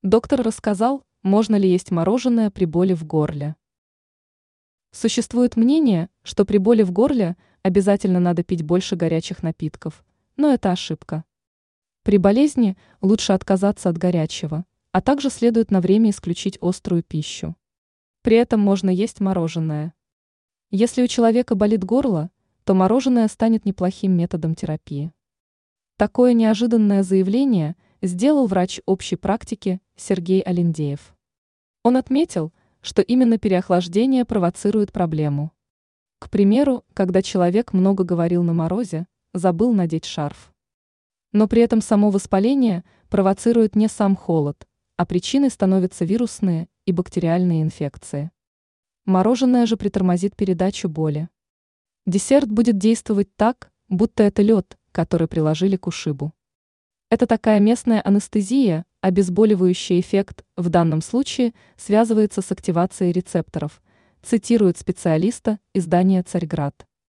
Доктор рассказал, можно ли есть мороженое при боли в горле. Существует мнение, что при боли в горле обязательно надо пить больше горячих напитков, но это ошибка. При болезни лучше отказаться от горячего, а также следует на время исключить острую пищу. При этом можно есть мороженое. Если у человека болит горло, то мороженое станет неплохим методом терапии. Такое неожиданное заявление сделал врач общей практики Сергей Алендеев. Он отметил, что именно переохлаждение провоцирует проблему. К примеру, когда человек много говорил на морозе, забыл надеть шарф. Но при этом само воспаление провоцирует не сам холод, а причиной становятся вирусные и бактериальные инфекции. Мороженое же притормозит передачу боли. Десерт будет действовать так, будто это лед, который приложили к ушибу. Это такая местная анестезия, обезболивающий эффект в данном случае связывается с активацией рецепторов, цитирует специалиста издания «Царьград».